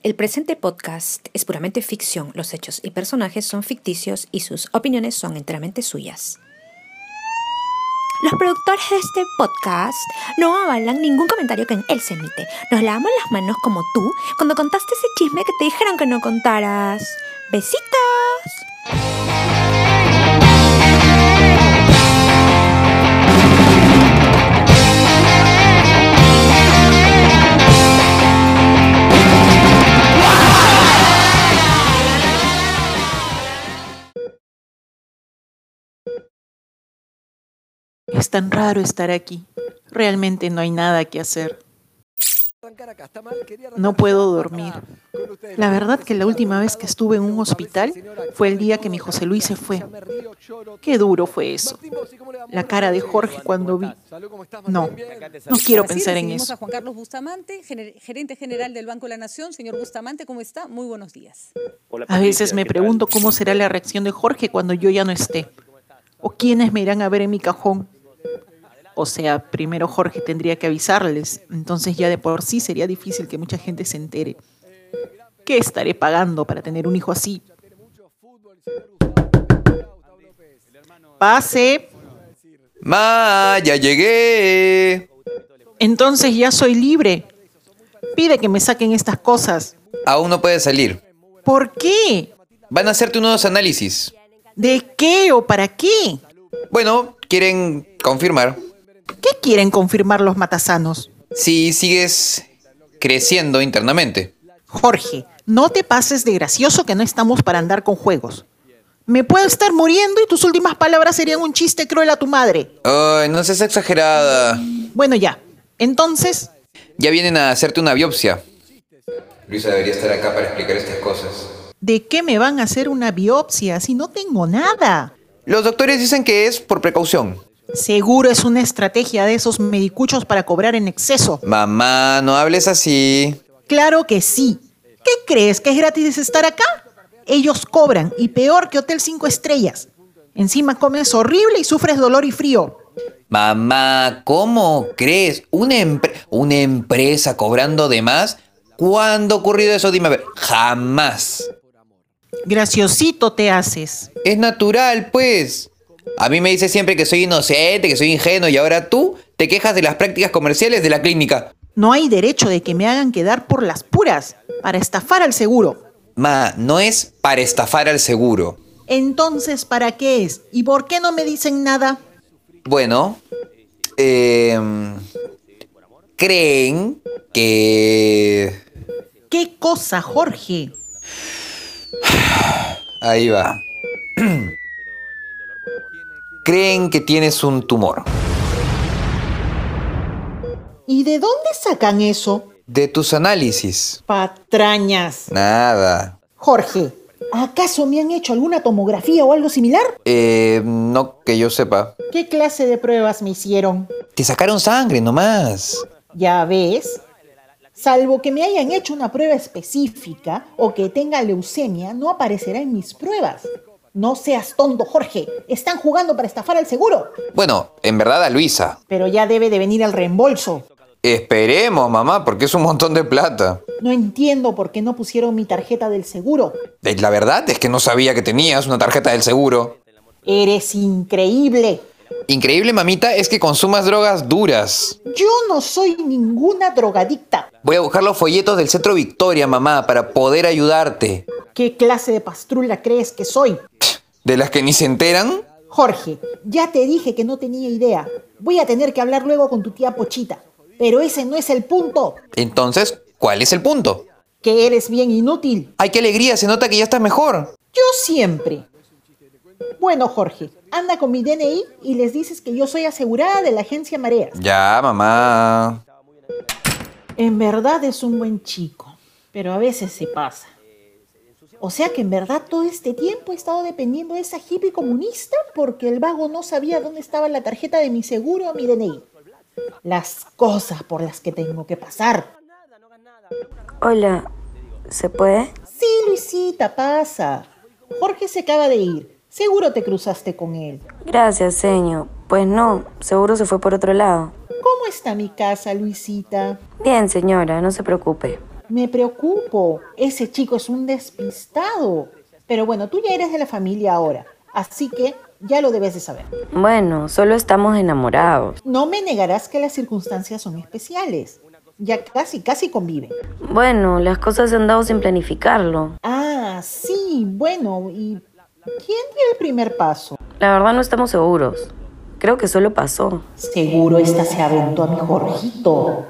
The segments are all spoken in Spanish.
El presente podcast es puramente ficción, los hechos y personajes son ficticios y sus opiniones son enteramente suyas. Los productores de este podcast no avalan ningún comentario que en él se emite. Nos lavamos las manos como tú cuando contaste ese chisme que te dijeron que no contaras. ¡Besitos! Es tan raro estar aquí. Realmente no hay nada que hacer. No puedo dormir. La verdad que la última vez que estuve en un hospital fue el día que mi José Luis se fue. Qué duro fue eso. La cara de Jorge cuando vi... No quiero pensar en eso. A Juan Carlos Bustamante, gerente general del Banco de la Nación. Señor Bustamante, ¿cómo está? Muy buenos días. A veces me pregunto cómo será la reacción de Jorge cuando yo ya no esté. ¿O quiénes me irán a ver en mi cajón? O sea, primero Jorge tendría que avisarles, entonces ya de por sí sería difícil que mucha gente se entere. ¿Qué estaré pagando para tener un hijo así? ¡Pase! ¡Ma, ya llegué! Entonces ya soy libre. Pide que me saquen estas cosas. Aún no puedes salir. ¿Por qué? Van a hacerte unos análisis. ¿De qué o para qué? Bueno, quieren confirmar ¿Qué quieren confirmar los matasanos? si sigues creciendo internamente. Jorge, no te pases de gracioso que no estamos para andar con juegos. Me puedo estar muriendo y tus últimas palabras serían un chiste cruel a tu madre. Ay, no seas exagerada. Bueno, ya. Entonces, Ya vienen a hacerte una biopsia. Luisa debería estar acá para explicar estas cosas. ¿de qué me van a hacer una biopsia si no tengo nada? Los doctores dicen que es por precaución. Seguro es una estrategia de esos medicuchos para cobrar en exceso. Mamá, no hables así. Claro que sí. ¿Qué crees? ¿Que es gratis estar acá? Ellos cobran, y peor que Hotel 5 estrellas. Encima comes horrible y sufres dolor y frío. Mamá, ¿cómo crees? ¿Una empresa cobrando de más? ¿Cuándo ha ocurrido eso? Dime a ver. Jamás. Graciosito te haces. Es natural, pues. A mí me dices siempre que soy inocente, que soy ingenuo, y ahora tú te quejas de las prácticas comerciales de la clínica. No hay derecho de que me hagan quedar por las puras, para estafar al seguro. Ma, no es para estafar al seguro. Entonces, ¿para qué es? ¿Y por qué no me dicen nada? Bueno, creen que... ¿Qué cosa, Jorge? Ahí va. Creen que tienes un tumor. ¿Y de dónde sacan eso? De tus análisis. Patrañas. Nada. Jorge, ¿acaso me han hecho alguna tomografía o algo similar? No que yo sepa. ¿Qué clase de pruebas me hicieron? Te sacaron sangre nomás. Ya ves. Salvo que me hayan hecho una prueba específica o que tenga leucemia, no aparecerá en mis pruebas. No seas tonto, Jorge. Están jugando para estafar al seguro. Bueno, en verdad a Luisa. Pero ya debe de venir el reembolso. Esperemos, mamá, porque es un montón de plata. No entiendo por qué no pusieron mi tarjeta del seguro. La verdad es que no sabía que tenías una tarjeta del seguro. Eres increíble. Increíble, mamita, es que consumas drogas duras. Yo no soy ninguna drogadicta. Voy a buscar los folletos del Centro Victoria, mamá, para poder ayudarte. ¿Qué clase de pastrula crees que soy? ¿De las que ni se enteran? Jorge, ya te dije que no tenía idea. Voy a tener que hablar luego con tu tía Pochita. Pero ese no es el punto. Entonces, ¿cuál es el punto? Que eres bien inútil. ¡Ay, qué alegría! Se nota que ya estás mejor. Yo siempre. Bueno, Jorge, anda con mi DNI y les dices que yo soy asegurada de la agencia Mareas. Ya, mamá. En verdad es un buen chico, pero a veces se pasa. O sea que en verdad todo este tiempo he estado dependiendo de esa hippie comunista porque el vago no sabía dónde estaba la tarjeta de mi seguro o mi DNI. Las cosas por las que tengo que pasar. Hola, ¿se puede? Sí, Luisita, pasa. Jorge se acaba de ir. Seguro te cruzaste con él. Gracias, señor. Pues no, seguro se fue por otro lado. ¿Cómo está mi casa, Luisita? Bien, señora, no se preocupe. Me preocupo. Ese chico es un despistado. Pero bueno, tú ya eres de la familia ahora, así que ya lo debes de saber. Bueno, solo estamos enamorados. No me negarás que las circunstancias son especiales. Ya casi conviven. Bueno, las cosas se han dado sin planificarlo. Ah, sí, bueno, ¿y quién dio el primer paso? La verdad no estamos seguros. Creo que solo pasó. Seguro esta se aventó a mi Jorgito.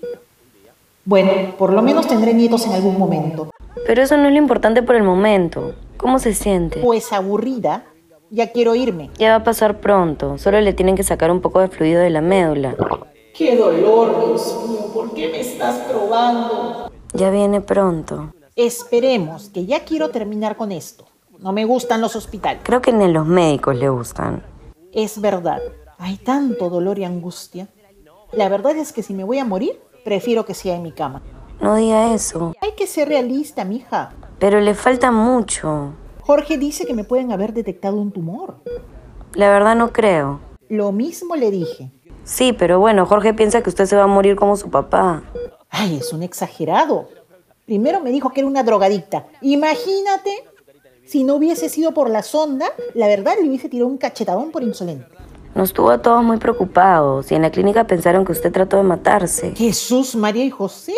Bueno, por lo menos tendré nietos en algún momento. Pero eso no es lo importante por el momento. ¿Cómo se siente? Pues aburrida, ya quiero irme. Ya va a pasar pronto. Solo le tienen que sacar un poco de fluido de la médula. ¡Qué dolor, Dios mío! ¿Por qué me estás probando? Ya viene pronto. Esperemos, que ya quiero terminar con esto. No me gustan los hospitales. Creo que ni a los médicos le gustan. Es verdad, hay tanto dolor y angustia. La verdad es que si me voy a morir, prefiero que sea en mi cama. No diga eso. Hay que ser realista, mija. Pero le falta mucho. Jorge dice que me pueden haber detectado un tumor. La verdad no creo. Lo mismo le dije. Sí, pero bueno, Jorge piensa que usted se va a morir como su papá. Ay, es un exagerado. Primero me dijo que era una drogadicta. Imagínate, si no hubiese sido por la sonda, la verdad le hubiese tirado un cachetadón por insolente. Nos tuvo a todos muy preocupados y en la clínica pensaron que usted trató de matarse. Jesús, María y José.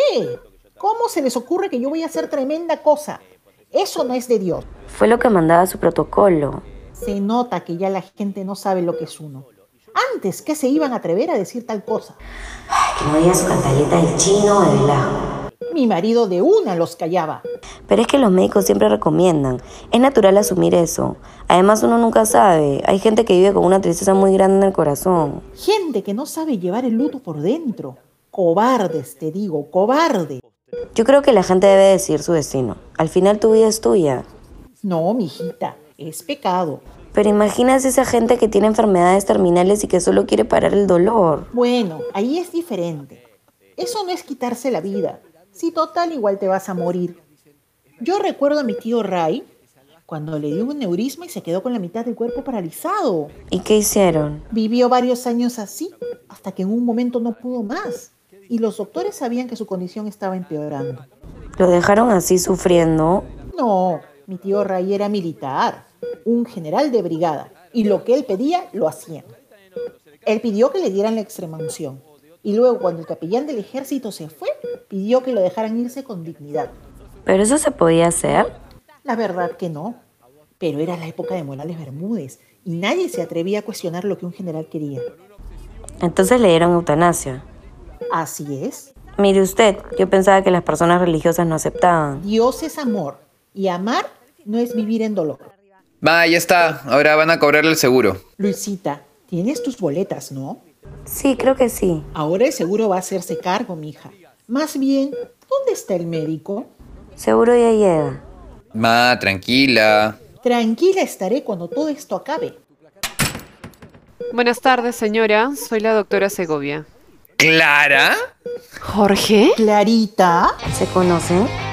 ¿Cómo se les ocurre que yo voy a hacer tremenda cosa? Eso no es de Dios. Fue lo que mandaba su protocolo. Se nota que ya la gente no sabe lo que es uno. Antes, ¿qué se iban a atrever a decir tal cosa? Que no diga su cantaleta del chino o de Velasco. Mi marido de una los callaba. Pero es que los médicos siempre recomiendan. Es natural asumir eso. Además, uno nunca sabe. Hay gente que vive con una tristeza muy grande en el corazón. Gente que no sabe llevar el luto por dentro. Cobardes, te digo, cobarde. Yo creo que la gente debe decidir su destino. Al final tu vida es tuya. No, mijita, es pecado. Pero imagínate esa gente que tiene enfermedades terminales y que solo quiere parar el dolor. Bueno, ahí es diferente. Eso no es quitarse la vida. Si total igual te vas a morir. Yo recuerdo a mi tío Ray cuando le dio un neurisma y se quedó con la mitad del cuerpo paralizado. ¿Y qué hicieron? Vivió varios años así, hasta que en un momento no pudo más. Y los doctores sabían que su condición estaba empeorando. ¿Lo dejaron así sufriendo? No, mi tío Ray era militar, un general de brigada, y lo que él pedía, lo hacían. Él pidió que le dieran la extremaunción, y luego cuando el capellán del ejército se fue, pidió que lo dejaran irse con dignidad. ¿Pero eso se podía hacer? La verdad que no, pero era la época de Morales Bermúdez, y nadie se atrevía a cuestionar lo que un general quería. Entonces le dieron eutanasia. Así es, Mire usted, yo pensaba que las personas religiosas no aceptaban. Dios es amor, y amar no es vivir en dolor. Va, ya está. Ahora van a cobrarle el seguro. Luisita, tienes tus boletas, ¿no? Sí, creo que sí. Ahora el seguro va a hacerse cargo, mija. Más bien, ¿dónde está el médico? Seguro ya llega. Ma, tranquila. Tranquila estaré cuando todo esto acabe. Buenas tardes, señora. Soy la doctora Segovia. ¿Clara? ¿Jorge? Clarita, ¿Se conocen?